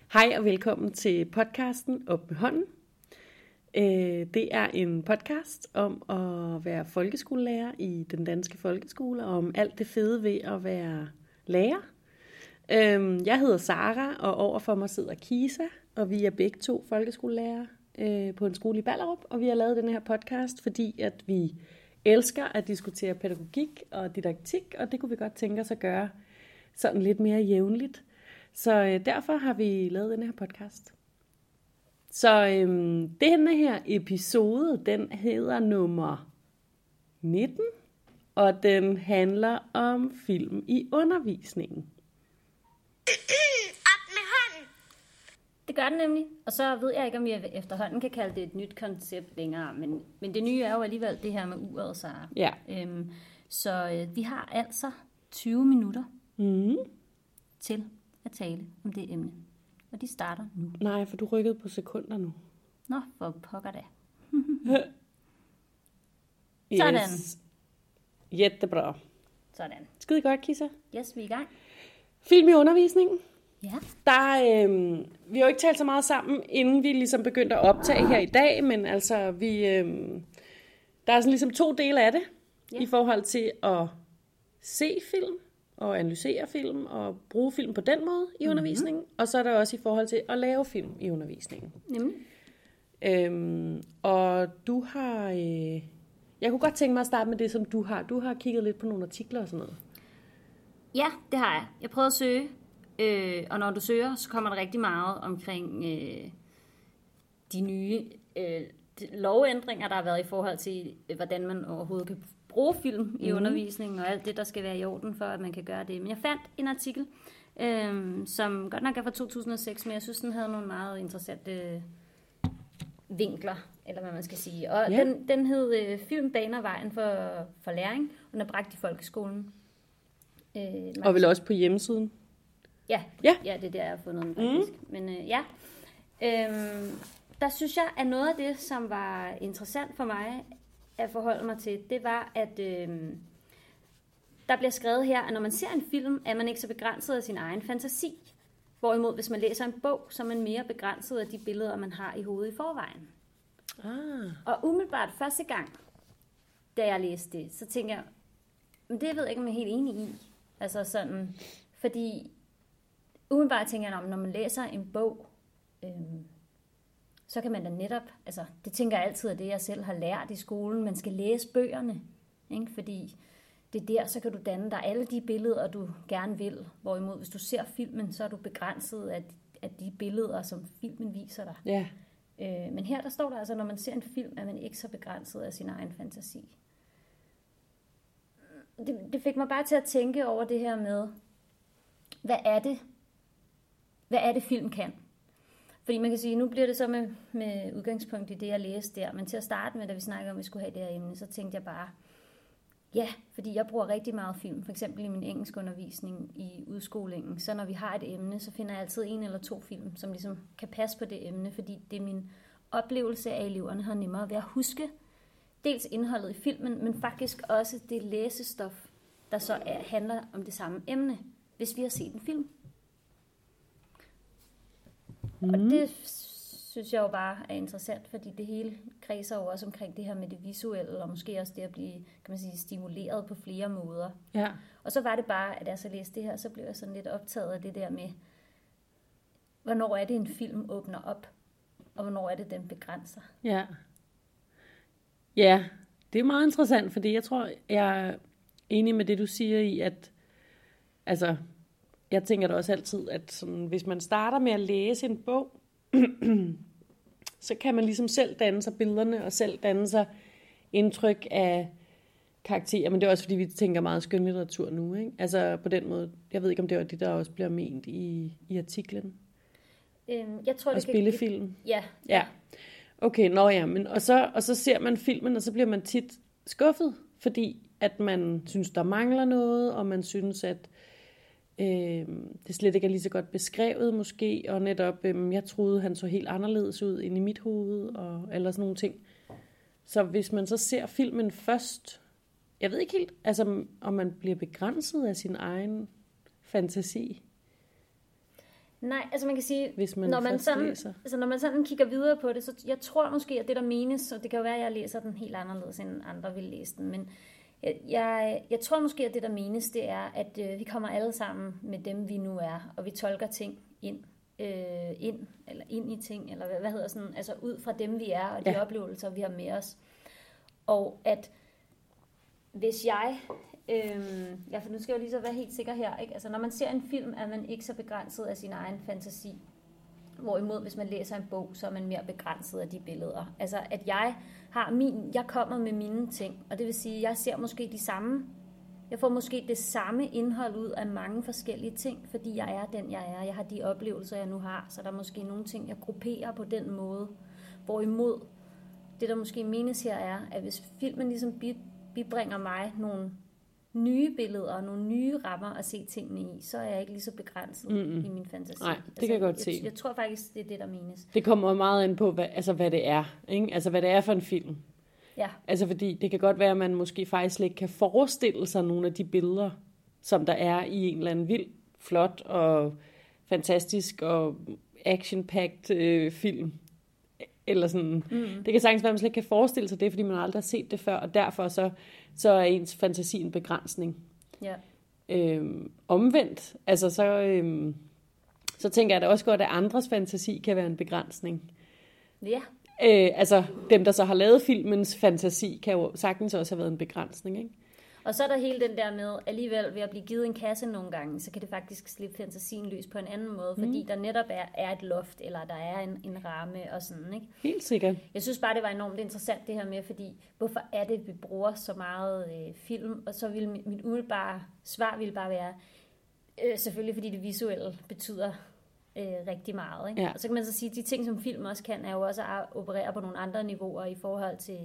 Hej og velkommen til podcasten Op med hånden. Det er en podcast om at være folkeskolelærer i den danske folkeskole, og om alt det fede ved at være lærer. Jeg hedder Sara, og overfor mig sidder Kisa, og vi er begge to folkeskolelærer på en skole i Ballerup, og vi har lavet den her podcast, fordi at vi elsker at diskutere pædagogik og didaktik, og det kunne vi godt tænke os at gøre sådan lidt mere jævnligt. Så derfor har vi lavet den her podcast. Så denne her episode, den hedder nummer 19, og den handler om film i undervisningen. Op med hånden! Det gør den nemlig, og så ved jeg ikke, om jeg efterhånden kan kalde det et nyt koncept længere, men det nye er jo alligevel det her med uret, Sara. Ja. Så vi har altså 20 minutter til at tale om det emne, og de starter nu. Nej, for du rykkede på sekunder nu. Nå, for pokker da. Yes. Sådan. Jättebra. Sådan. Skide godt, Kisa. Yes, vi er i gang. Film i undervisningen. Ja. Vi har jo ikke talt så meget sammen, inden vi ligesom begyndte at optage her i dag, men altså, der er sådan ligesom to dele af det, i forhold til at se film, og analysere film, og bruge film på den måde i undervisningen, og så er der også i forhold til at lave film i undervisningen. Nemlig. Og du har... jeg kunne godt tænke mig at starte med det, som du har. Du har kigget lidt på nogle artikler og sådan noget. Ja, det har jeg. Jeg prøvede at søge, og når du søger, så kommer der rigtig meget omkring de nye lovændringer, der har været i forhold til, hvordan man overhovedet kan bruge film i undervisningen, og alt det, der skal være i orden for, at man kan gøre det. Men jeg fandt en artikel, som godt nok er fra 2006, men jeg synes, den havde nogle meget interessante vinkler, eller hvad man skal sige. Og den hed Film baner vejen for læring, og den er bragt i folkeskolen. Og vel også på hjemmesiden? Ja, det er der, jeg har fundet den faktisk. Men der synes jeg, at noget af det, som var interessant for mig at forholde mig til, det var, at der bliver skrevet her, at når man ser en film, er man ikke så begrænset af sin egen fantasi. Hvorimod, hvis man læser en bog, så er man mere begrænset af de billeder, man har i hovedet i forvejen. Og umiddelbart første gang, da jeg læste det, så tænker jeg, men det ved jeg ikke, om jeg er helt enig i. Altså sådan, fordi umiddelbart tænker jeg, når man læser en bog, så kan man da netop, altså det tænker jeg altid, at det jeg selv har lært i skolen, man skal læse bøgerne, ikke? Fordi det er der, så kan du danne dig alle de billeder, du gerne vil. Hvorimod, hvis du ser filmen, så er du begrænset af de billeder, som filmen viser dig. Ja. Men her der står der altså, når man ser en film, er man ikke så begrænset af sin egen fantasi. Det fik mig bare til at tænke over det her med, hvad er det film kan? Fordi man kan sige, nu bliver det så med udgangspunkt i det, jeg læste der, men til at starte med, da vi snakkede om, at vi skulle have det her emne, så tænkte jeg bare, ja, fordi jeg bruger rigtig meget film, for eksempel i min engelskundervisning i udskolingen, så når vi har et emne, så finder jeg altid en eller to film, som ligesom kan passe på det emne, fordi det er min oplevelse af, at eleverne har nemmere ved at huske dels indholdet i filmen, men faktisk også det læsestof, der så handler om det samme emne, hvis vi har set en film. Og det synes jeg jo bare er interessant, fordi det hele kredser jo også omkring det her med det visuelle, og måske også det at blive, kan man sige, stimuleret på flere måder. Ja. Og så var det bare, at jeg så læste det her, så blev jeg sådan lidt optaget af det der med, hvornår er det en film åbner op, og hvornår er det, den begrænser. Ja. Ja, det er meget interessant, fordi jeg tror, jeg er enig med det, du siger i, at altså, jeg tænker da også altid, at sådan, hvis man starter med at læse en bog, så kan man ligesom selv danne sig billederne, og selv danne sig indtryk af karakterer, men det er også fordi, vi tænker meget skønlitteratur nu, ikke? Altså på den måde, jeg ved ikke, om det var det, der også bliver ment i artiklen. Jeg tror, og spillefilm. Ja. Okay, men og så ser man filmen, og så bliver man tit skuffet, fordi at man synes, der mangler noget, og man synes, at det slet ikke er lige så godt beskrevet måske, og netop, jeg troede, han så helt anderledes ud ind i mit hoved, og eller sådan nogle ting. Så hvis man så ser filmen først, jeg ved ikke helt, altså om man bliver begrænset af sin egen fantasi. Nej, altså man kan sige, hvis man når man sådan, læser. altså når man sådan kigger videre på det, så jeg tror måske, at det der menes, og det kan jo være, at jeg læser den helt anderledes, end andre vil læse den, men jeg tror måske, at det der menes, det er, at vi kommer alle sammen med dem, vi nu er, og vi tolker ting ind i ting, eller hvad hedder sådan, altså ud fra dem, vi er, og de oplevelser, vi har med os. Og at hvis for nu skal jeg jo lige så være helt sikker her, ikke? Altså når man ser en film, er man ikke så begrænset af sin egen fantasi. Hvorimod, hvis man læser en bog, så er man mere begrænset af de billeder. Altså at jeg kommer med mine ting, og det vil sige, at jeg ser måske de samme. Jeg får måske det samme indhold ud af mange forskellige ting, fordi jeg er den, jeg er. Jeg har de oplevelser, jeg nu har, så der er måske nogle ting, jeg grupperer på den måde. Hvorimod, det der måske menes her er, at hvis filmen ligesom bibringer mig nogle nye billeder og nogle nye rammer at se tingene i, så er jeg ikke lige så begrænset i min fantasi. Nej, det kan jeg godt se. Jeg tror faktisk, det er det, der menes. Det kommer meget ind på, hvad det er. Ikke? Altså, hvad det er for en film. Ja. Altså, fordi det kan godt være, at man måske faktisk slet ikke kan forestille sig nogle af de billeder, som der er i en eller anden vild, flot og fantastisk og action-packed film. Eller sådan. Det kan sagtens være, at man slet ikke kan forestille sig det, fordi man aldrig har set det før, og derfor så er ens fantasi en begrænsning. Ja. Omvendt, altså så tænker jeg da også godt, at andres fantasi kan være en begrænsning. Ja. Altså dem, der så har lavet filmens fantasi, kan jo sagtens også have været en begrænsning, ikke? Og så er der hele den der med, alligevel ved at blive givet en kasse nogle gange, så kan det faktisk slippe fantasien løs på en anden måde, fordi der netop er et loft, eller der er en ramme og sådan, ikke? Helt sikkert. Jeg synes bare, det var enormt interessant det her med, fordi hvorfor er det, vi bruger så meget film, og så vil mit umiddelbare svar ville bare være, selvfølgelig fordi det visuelle betyder rigtig meget, ikke? Ja. Og så kan man så sige, at de ting, som film også kan, er jo også at operere på nogle andre niveauer i forhold til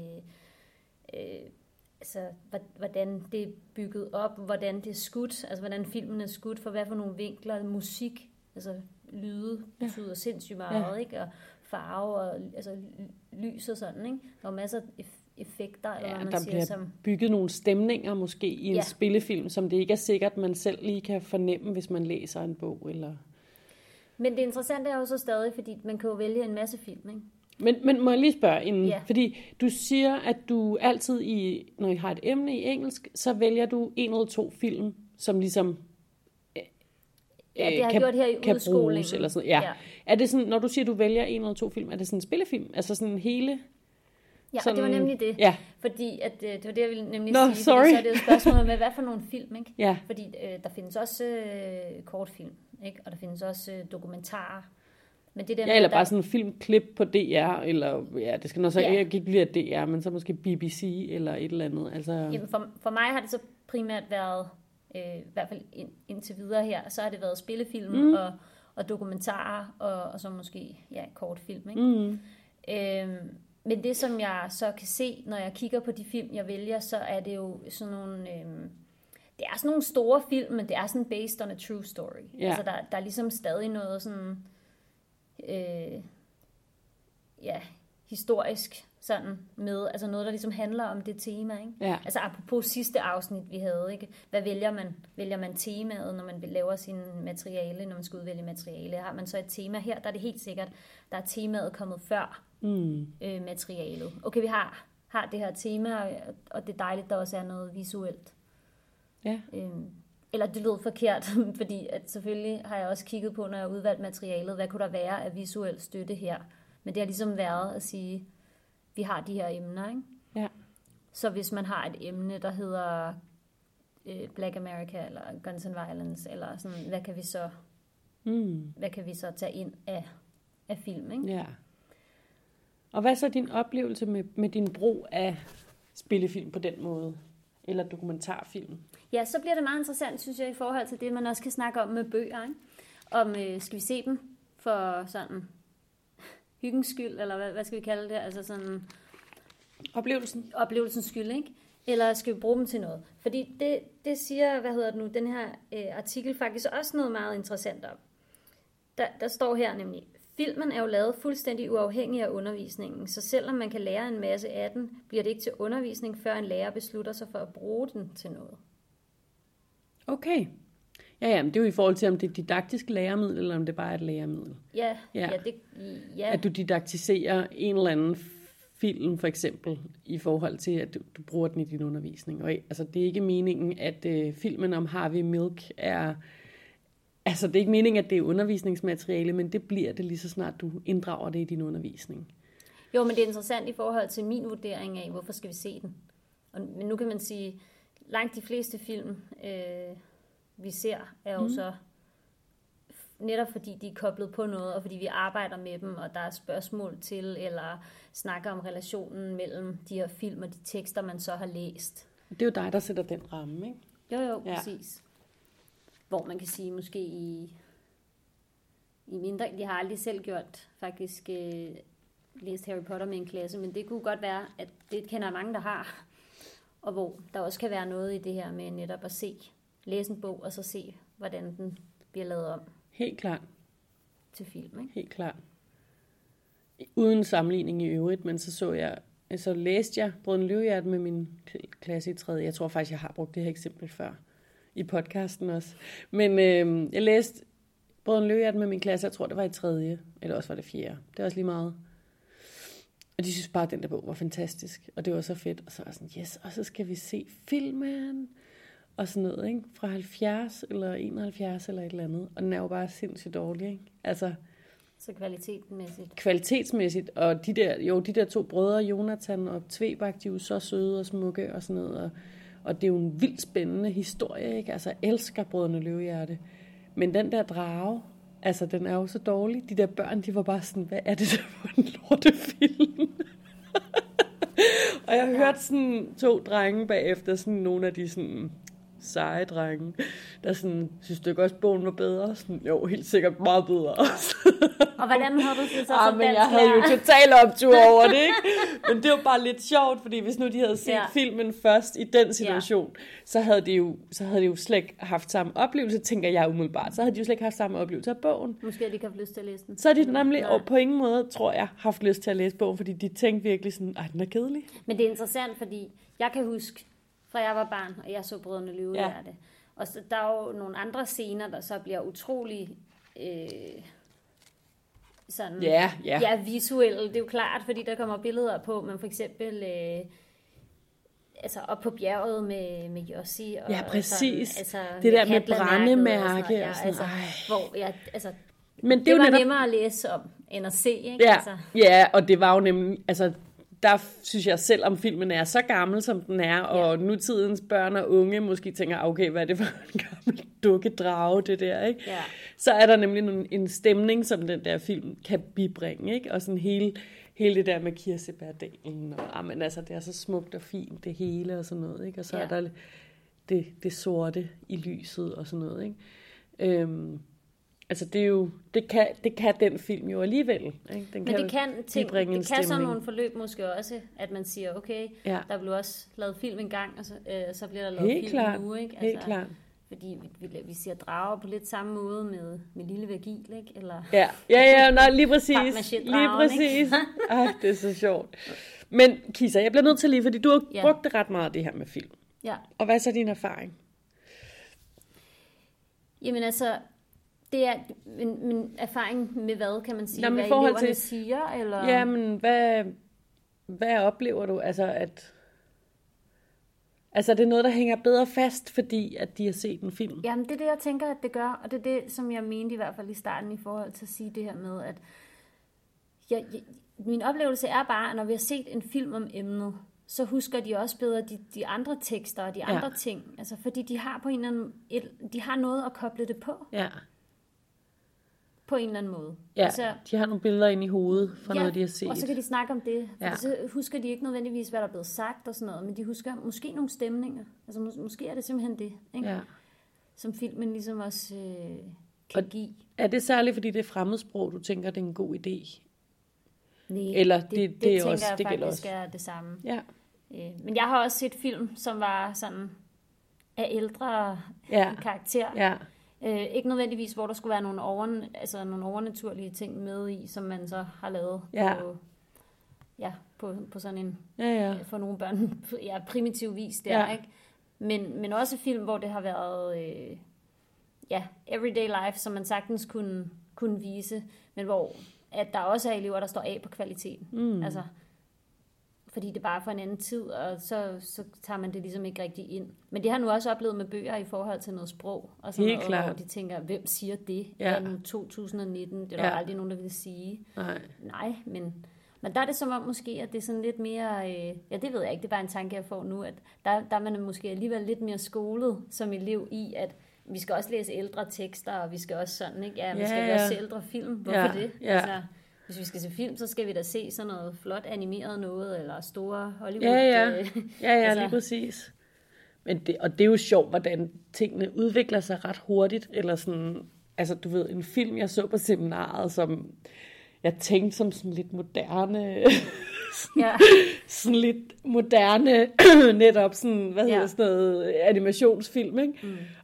altså, hvordan det er bygget op, hvordan det er skudt, altså hvordan filmen er skudt, for hvad for nogle vinkler, musik, altså lyde betyder sindssygt meget, ikke? Og farve og altså lys og sådan, ikke? Der er masser af effekter, eller hvad man der siger. Bliver som bygget nogle stemninger måske i en spillefilm, som det ikke er sikkert, man selv lige kan fornemme, hvis man læser en bog, eller... Men det interessante er jo så stadig, fordi man kan jo vælge en masse film, ikke? Men må jeg lige spørge inden? Fordi du siger, at du altid, når I har et emne i engelsk, så vælger du en eller to film, som ligesom det har jeg gjort her i udskolingen. Eller sådan. Ja. Er det sådan, når du siger, at du vælger en eller to film, er det sådan en spillefilm? Altså sådan hele... Ja, sådan, det var nemlig det. Ja. Fordi at, det var det, jeg ville nemlig sige. Sorry. Så er det jo spørgsmålet med, hvad for nogle film, ikke? Ja. Fordi der findes også kortfilm, ikke? Og der findes også dokumentarer. Men det der eller bare sådan en filmklip på DR, eller det skal nok så ikke blive DR, men så måske BBC eller et eller andet. Altså... Jamen for mig har det så primært været, i hvert fald indtil videre her, så har det været spillefilm og dokumentarer, og så måske kortfilm, ikke? Men det, som jeg så kan se, når jeg kigger på de film, jeg vælger, så er det jo sådan nogle... det er sådan nogle store film, men det er sådan based on a true story. Ja. Altså, der er ligesom stadig noget sådan... historisk sådan med, altså noget, der ligesom handler om det tema, ikke? Ja. Altså apropos sidste afsnit, vi havde, ikke? Hvad vælger man? Vælger man temaet, når man laver sin materiale, når man skal udvælge materiale? Har man så et tema her, der er det helt sikkert, der er temaet kommet før materialet. Okay, vi har det her tema, og det er dejligt, der også er noget visuelt. Ja. Eller det lød forkert, fordi at selvfølgelig har jeg også kigget på, når jeg har udvalgt materialet, hvad kunne der være af visuel støtte her? Men det har ligesom været at sige, vi har de her emner, ikke? Ja. Så hvis man har et emne, der hedder Black America, eller Guns and Violence, eller sådan, hvad kan vi så tage ind af film, ikke? Ja. Og hvad er så din oplevelse med din brug af spillefilm på den måde? Eller dokumentarfilm? Ja, så bliver det meget interessant, synes jeg, i forhold til det, man også kan snakke om med bøger, ikke? Om, skal vi se dem for sådan hyggens skyld, eller hvad skal vi kalde det? Altså sådan... Oplevelsens skyld, ikke? Eller skal vi bruge dem til noget? Fordi det siger, den her artikel faktisk også noget meget interessant om. Der står her nemlig, filmen er jo lavet fuldstændig uafhængig af undervisningen, så selvom man kan lære en masse af den, bliver det ikke til undervisning, før en lærer beslutter sig for at bruge den til noget. Okay. Ja, men det er jo i forhold til, om det er et didaktisk læremiddel, eller om det bare er et læremiddel. Ja. At du didaktiserer en eller anden film, for eksempel, i forhold til, at du bruger den i din undervisning. Og altså, det er ikke meningen, at filmen om Harvey Milk er... Altså, det er ikke meningen, at det er undervisningsmateriale, men det bliver det lige så snart, du inddrager det i din undervisning. Jo, men det er interessant i forhold til min vurdering af, hvorfor skal vi se den. Men nu kan man sige, langt de fleste film, vi ser, er jo så netop fordi de er koblet på noget, og fordi vi arbejder med dem, og der er spørgsmål til, eller snakker om relationen mellem de her film og de tekster, man så har læst. Det er jo dig, der sætter den ramme, ikke? Jo, præcis. Hvor man kan sige, måske i mindre, de har aldrig selv gjort, faktisk læst Harry Potter med en klasse, men det kunne godt være, at det kender mange, der har, og hvor der også kan være noget i det her med netop at læse en bog, og så se, hvordan den bliver lavet om. Helt klart. Til film, ikke? Helt klart. Uden sammenligning i øvrigt, men så læste jeg Brødrene Løvehjerte med min klasse i 3. Jeg tror faktisk, jeg har brugt det her eksempel før i podcasten også. Men jeg læste Brødrene Løvehjerte med min klasse, jeg tror det var i 3. Eller også var det 4. Det er også lige meget. Og de synes bare, at den der bog var fantastisk. Og det var så fedt. Og så var jeg sådan, yes, og så skal vi se filmen. Og sådan noget, ikke? Fra 70 eller 71 eller et eller andet. Og den er jo bare sindssygt dårlig, ikke? Altså... Så kvalitetsmæssigt. Kvalitetsmæssigt, og de der 2 brødre, Jonathan og Tvebak, de er jo så søde og smukke og sådan noget, og det er jo en vildt spændende historie, ikke? Altså, jeg elsker Brødrene Løvehjerte. Men den der drage, altså, den er jo så dårlig. De der børn, de var bare sådan, hvad er det der for en lortefilm? Og jeg hørte sådan 2 drenge bagefter, sådan nogle af de sådan... seje drenge, der sådan, synes du ikke også, bogen var bedre? Sådan, jo, helt sikkert meget bedre. Og hvordan havde du det så som men jeg havde jo total optur over det, ikke? Men det var bare lidt sjovt, fordi hvis nu de havde set filmen først i den situation, så havde de jo slet ikke haft samme oplevelse, tænker jeg umiddelbart. Så havde de jo slet ikke haft samme oplevelse af bogen. Måske havde de ikke haft lyst til at læse den. Så havde de nemlig på ingen måde, tror jeg, haft lyst til at læse bogen, fordi de tænkte virkelig sådan, den er kedelig. Men det er interessant, fordi jeg kan huske, fra jeg var barn, og jeg så Brødrene Løvehjerte. Ja. Og så der er jo nogle andre scener, der så bliver utrolig sådan, visuelle. Det er jo klart, fordi der kommer billeder på, men for eksempel altså op på bjerget med Jossi. Og ja, præcis. Sådan, altså, det der med brændemærke. Og sådan, men det var netop nemmere at læse om, end at se, ikke? Ja, ja, og det var jo nemlig, altså, der synes jeg selv, om filmen er så gammel, som den er, og nutidens børn og unge måske tænker, okay, hvad er det for en gammel dukkedrage, det der, ikke? Ja. Så er der nemlig en stemning, som den der film kan bibringe, ikke? Og sådan hele det der med kirsebærdalen, og men altså, det er så smukt og fint, det hele og sådan noget, ikke? Og så er der det sorte i lyset og sådan noget, ikke? Altså det er jo, det kan den film jo alligevel, ikke? Den men det kan sådan nogle forløb måske også, at man siger, okay, der blev også lavet film en gang, og så bliver der lavet helt film klart, nu, ikke? Altså, helt klart. Fordi vi ser drager på lidt samme måde med Lille Virgil, ikke? Eller lige præcis. Lige præcis. Det er så sjovt. Men Kisa, jeg bliver nødt til lige, fordi du har brugt det ret meget, det her med film. Ja. Og hvad er så din erfaring? Jamen altså, det er min erfaring med hvad, kan man sige? Hvad eleverne siger? Eller? Jamen, hvad oplever du? Altså, det er noget, der hænger bedre fast, fordi at de har set en film? Jamen, det er det, jeg tænker, at det gør. Og det er det, som jeg mente i hvert fald i starten i forhold til at sige det her med, at min oplevelse er bare, at når vi har set en film om emnet, så husker de også bedre de andre tekster og de andre ting. Altså, fordi de har på en eller anden, de har noget at koble det på. Ja. På en eller anden måde. Ja, altså, de har nogle billeder inde i hovedet fra noget, de har set. Og så kan de snakke om det. Så husker de ikke nødvendigvis, hvad der er blevet sagt og sådan noget, men de husker måske nogle stemninger. Altså måske er det simpelthen det, ikke? Ja. Som filmen ligesom også kan give. Er det særligt, fordi det er fremmedsprog, du tænker, det er en god idé? Nej, eller det tænker også, jeg det faktisk også. er det samme. Ja. Men jeg har også set film, som var sådan af ældre karakter. Ja. Ikke nødvendigvis, hvor der skulle være nogle overnaturlige ting med i, som man så har lavet på sådan en, for nogle børn, primitiv vis der, ikke? Men også film, hvor det har været everyday life, som man sagtens kunne vise, men hvor at der også er elever, der står af på kvaliteten. Altså, fordi det bare er for en anden tid, og så tager man det ligesom ikke rigtig ind. Men det har nu også oplevet med bøger i forhold til noget sprog, og sådan noget, hvor de tænker, hvem siger det? Ja. Nu 2019, det er der aldrig nogen, der vil sige. Nej, men der er det som om måske, at det er sådan lidt mere, det ved jeg ikke, det er bare en tanke, jeg får nu, at der er man måske alligevel lidt mere skolet som elev i, at vi skal også læse ældre tekster, og vi skal også sådan, ikke? Ja, vi skal også se ældre film. Hvorfor det? Ja. Altså, hvis vi skal se film, så skal vi da se sådan noget flot animeret noget, eller store Hollywood. Ja, lige præcis. Men det er jo sjovt, hvordan tingene udvikler sig ret hurtigt, eller sådan, altså du ved, en film, jeg så på seminaret, som jeg tænkte som sådan lidt moderne, sådan lidt moderne, netop sådan, hvad hedder sådan noget, animationsfilm, ikke?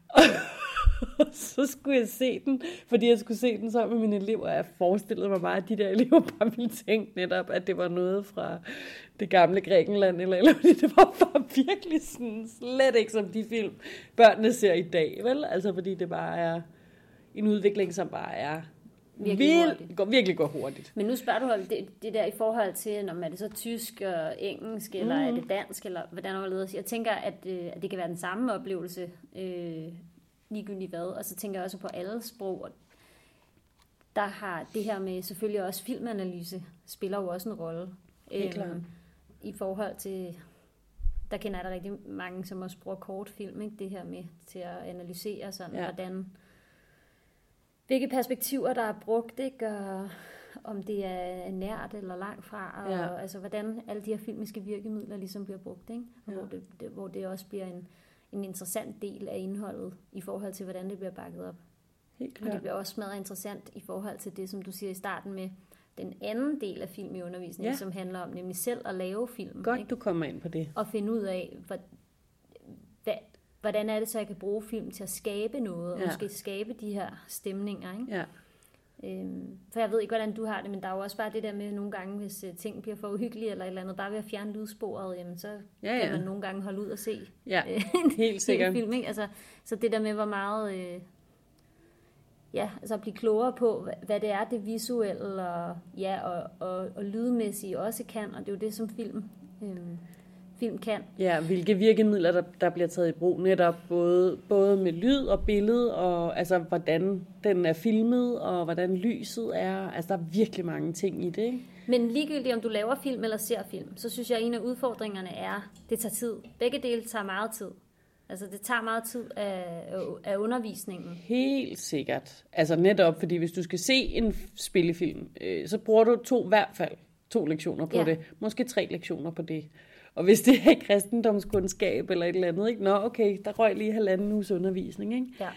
Og så skulle jeg se den, fordi jeg skulle se den sammen med mine elever, og jeg forestillede mig bare, at de der elever bare ville tænke netop, at det var noget fra det gamle Grækenland, eller fordi det var bare virkelig sådan, slet ikke som de film, børnene ser i dag, vel? Altså fordi det bare er en udvikling, som bare er virkelig går hurtigt. Men nu spørger du det der i forhold til, om er det så tysk og engelsk, eller er det dansk, eller hvordan er det? Jeg tænker, at det kan være den samme oplevelse, ligegyldigt hvad, og så tænker jeg også på alle sprog. Der har det her med selvfølgelig også filmanalyse, spiller jo også en rolle. I forhold til, der kender jeg da rigtig mange, som også bruger kortfilm, ikke? Det her med til at analysere sådan, hvilke perspektiver, der er brugt, ikke? Og om det er nært eller langt fra, og altså hvordan alle de her filmiske virkemidler ligesom bliver brugt, ikke? Hvor det også bliver en interessant del af indholdet i forhold til, hvordan det bliver bakket op. Og det bliver også meget interessant i forhold til det, som du siger i starten med den anden del af film i undervisningen, som handler om nemlig selv at lave film. Godt, ikke? Du kommer ind på det. Og finde ud af, hvordan er det så, jeg kan bruge film til at skabe noget, og måske skabe de her stemninger, ikke? Ja. For jeg ved ikke, hvordan du har det, men der er jo også bare det der med nogle gange, hvis ting bliver for uhyggelige eller et eller andet, bare ved at fjerne lydsporet, jamen, så kan man nogle gange holde ud og se helt sikkert. Film, ikke? Altså, så det der med, hvor meget altså at blive klogere på, hvad det er, det visuelle og lydmæssige også kan, og det er jo det, som film kan. Ja, hvilke virkemidler, der bliver taget i brug netop, både med lyd og billede, og altså, hvordan den er filmet, og hvordan lyset er. Altså, der er virkelig mange ting i det, ikke? Men ligegyldigt, om du laver film eller ser film, så synes jeg, at en af udfordringerne er, det tager tid. Begge dele tager meget tid. Altså, det tager meget tid af undervisningen. Helt sikkert. Altså, netop, fordi hvis du skal se en spillefilm, så bruger du i hvert fald 2 lektioner på det. Måske 3 lektioner på det. Og hvis det er kristendomskundskab eller et eller andet, ikke? Nå, okay, der røg lige 1,5 uges undervisning, ikke?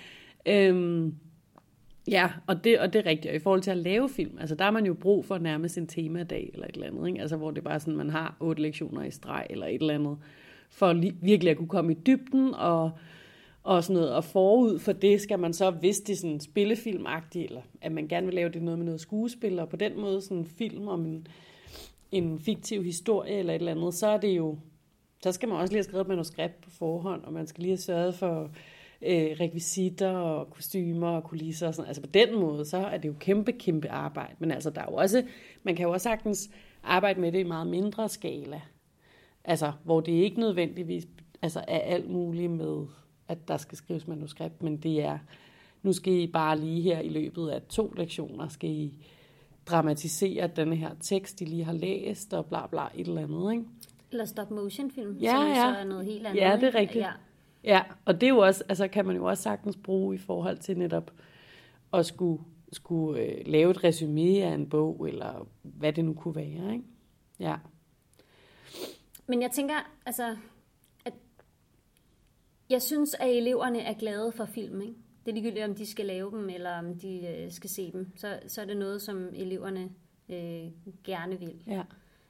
Ja. Og det er rigtigt. Og i forhold til at lave film, altså der er man jo brug for nærmest en temadag eller et eller andet, ikke? Altså hvor det bare sådan, man har 8 lektioner i streg eller et eller andet, for virkelig at kunne komme i dybden og sådan noget. Og forud for det skal man så, hvis det er sådan spillefilmagtigt, eller at man gerne vil lave det noget med noget skuespil, og på den måde sådan en film om en fiktiv historie eller et eller andet, så er det jo, så skal man også lige have skrevet et manuskript på forhånd, og man skal lige have sørget for rekvisitter og kostymer og kulisser og sådan. Altså på den måde, så er det jo kæmpe arbejde. Men altså, der er jo også, man kan jo også sagtens arbejde med det i meget mindre skala. Altså, hvor det ikke nødvendigvis er alt muligt med, at der skal skrives manuskript, men det er, nu skal I bare lige her i løbet af 2 lektioner, skal I dramatisere den her tekst, de lige har læst, og bla bla, et eller andet, ikke? Eller stop-motion-film, som så er noget helt andet. Ja, det er rigtigt. Ja, og det er jo også, altså kan man jo også sagtens bruge i forhold til netop at skulle lave et resumé af en bog, eller hvad det nu kunne være, ikke? Ja. Men jeg tænker, altså, at jeg synes, at eleverne er glade for film, ikke? Det er ligegyldigt, om de skal lave dem, eller om de skal se dem. Så er det noget, som eleverne gerne vil. Ja.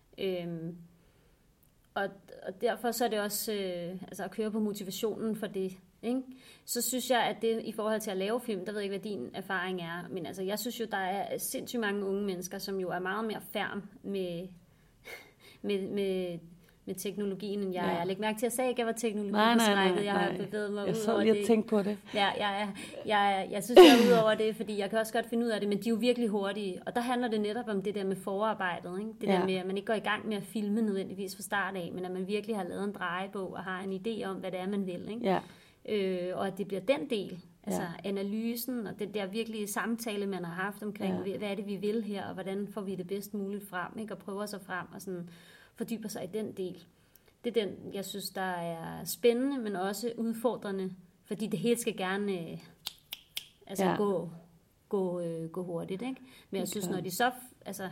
Og derfor så er det også at køre på motivationen for det. Ikke? Så synes jeg, at det i forhold til at lave film, der ved jeg ikke, hvad din erfaring er, men altså, jeg synes jo, der er sindssygt mange unge mennesker, som jo er meget mere færm med med teknologien, end jeg er. Læg mærke til, at jeg sagde ikke, at jeg var Nej. teknologiforskrækket. Jeg har bevæget mig jeg ud over det. Jeg sad tænkte på det. Ja, jeg synes, jeg er ud over det, fordi jeg kan også godt finde ud af det, men de er jo virkelig hurtige. Og der handler det netop om det der med forarbejdet. Ikke? Det der med, at man ikke går i gang med at filme nødvendigvis fra start af, men at man virkelig har lavet en drejebog og har en idé om, hvad det er, man vil. Ikke? Ja. Og at det bliver den del, altså analysen og den der virkelige samtale, man har haft omkring, hvad er det, vi vil her, og hvordan får vi det bedst muligt frem, ikke? Og prøver sig frem og sådan fordyber sig i den del. Det er den, jeg synes, der er spændende, men også udfordrende, fordi det hele skal gerne gå hurtigt, ikke? Men jeg synes, når de så, altså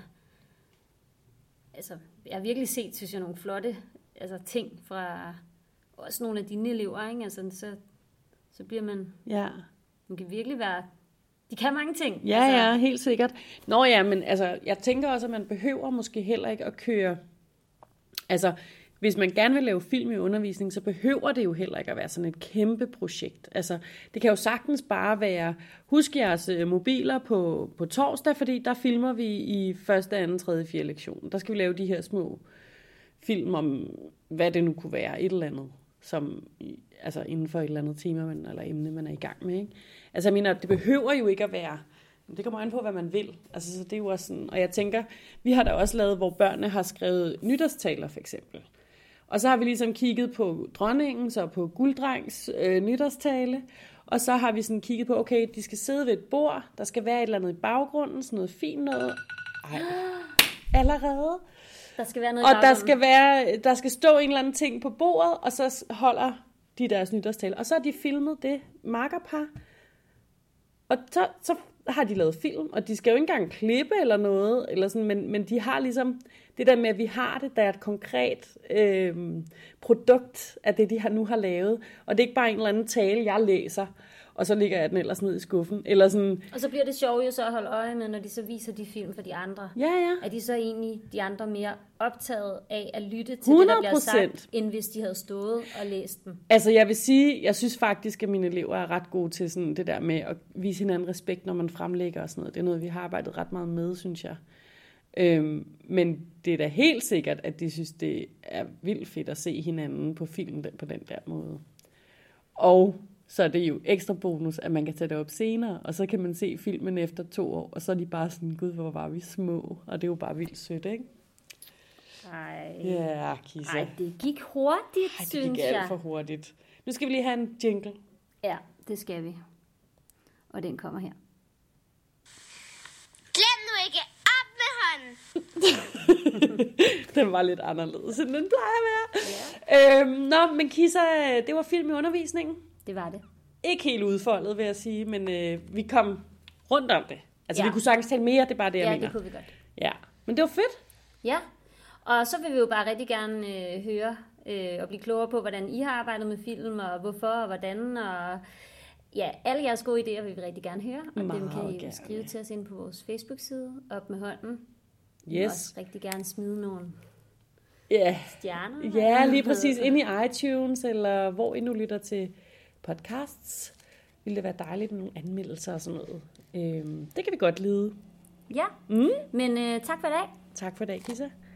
jeg har virkelig set, synes jeg, nogle flotte ting fra også nogle af dine elever, ikke? Altså, så bliver man, man kan virkelig være, de kan mange ting. Ja, helt sikkert. Nå ja, men altså, jeg tænker også, at man behøver måske heller ikke at køre, altså, hvis man gerne vil lave film i undervisning, så behøver det jo heller ikke at være sådan et kæmpe projekt. Altså, det kan jo sagtens bare være, husk jeres mobiler på torsdag, fordi der filmer vi i 1., 2., 3., 4. lektion. Der skal vi lave de her små film om, hvad det nu kunne være, et eller andet, som, altså inden for et eller andet tema eller emne, man er i gang med. Ikke? Altså, jeg mener, det behøver jo ikke at være, det kommer an på, hvad man vil. Altså, så det er jo også sådan, og jeg tænker, vi har da også lavet, hvor børnene har skrevet nytårstaler, for eksempel. Og så har vi ligesom kigget på dronningens og på gulddrengs nytårstale. Og så har vi sådan kigget på, okay, de skal sidde ved et bord. Der skal være et eller andet i baggrunden, sådan noget fint noget. Ej, allerede. Der skal være noget og der skal stå en eller anden ting på bordet, og så holder de deres nytårstale. Og så har de filmet det makkerpar. Og så har de lavet film, og de skal jo ikke engang klippe eller noget, eller sådan, men de har ligesom det der med, at vi har det, der er et konkret produkt af det, de nu har lavet. Og det er ikke bare en eller anden tale, jeg læser, og så ligger jeg den ellers ned i skuffen. Eller sådan. Og så bliver det sjovt jo så at holde øje med, når de så viser de film for de andre. Ja. Er de så egentlig, de andre, mere optaget af at lytte til 100%. Det, der bliver sagt, end hvis de havde stået og læst dem? Altså jeg vil sige, jeg synes faktisk, at mine elever er ret gode til sådan det der med at vise hinanden respekt, når man fremlægger og sådan noget. Det er noget, vi har arbejdet ret meget med, synes jeg. Men det er da helt sikkert, at de synes, det er vildt fedt at se hinanden på film på den der måde. Og så er det jo ekstra bonus, at man kan tage det op senere, og så kan man se filmen efter 2 år, og så er de bare sådan, gud, hvor var vi små, og det er jo bare vildt sødt, ikke? Ej. Ja, Kisa. Ej, det gik hurtigt, synes jeg. Det gik alt for hurtigt. Nu skal vi lige have en jingle. Ja, det skal vi. Og den kommer her. Glem nu ikke op med hånden! Den var lidt anderledes, end den plejer at være. Ja. Men Kisa, det var film i undervisningen. Det var det. Ikke helt udfoldet, vil jeg sige, men vi kom rundt om det. Altså, vi kunne sagtens tale mere, det er bare det, jeg mener. Ja, det kunne vi godt. Ja, men det var fedt. Ja, og så vil vi jo bare rigtig gerne høre og blive klogere på, hvordan I har arbejdet med film, og hvorfor, og hvordan, og ja, alle jeres gode idéer vil vi rigtig gerne høre, og dem kan I jo skrive til os ind på vores Facebook-side, op med hånden. Yes. Vi også rigtig gerne smide nogle stjerner. Ja, lige præcis, ind i iTunes, eller hvor I nu lytter til podcasts. Ville det være dejligt med nogle anmeldelser og sådan noget. Det kan vi godt lide. Ja, men tak for i dag. Tak for i dag, Kisa.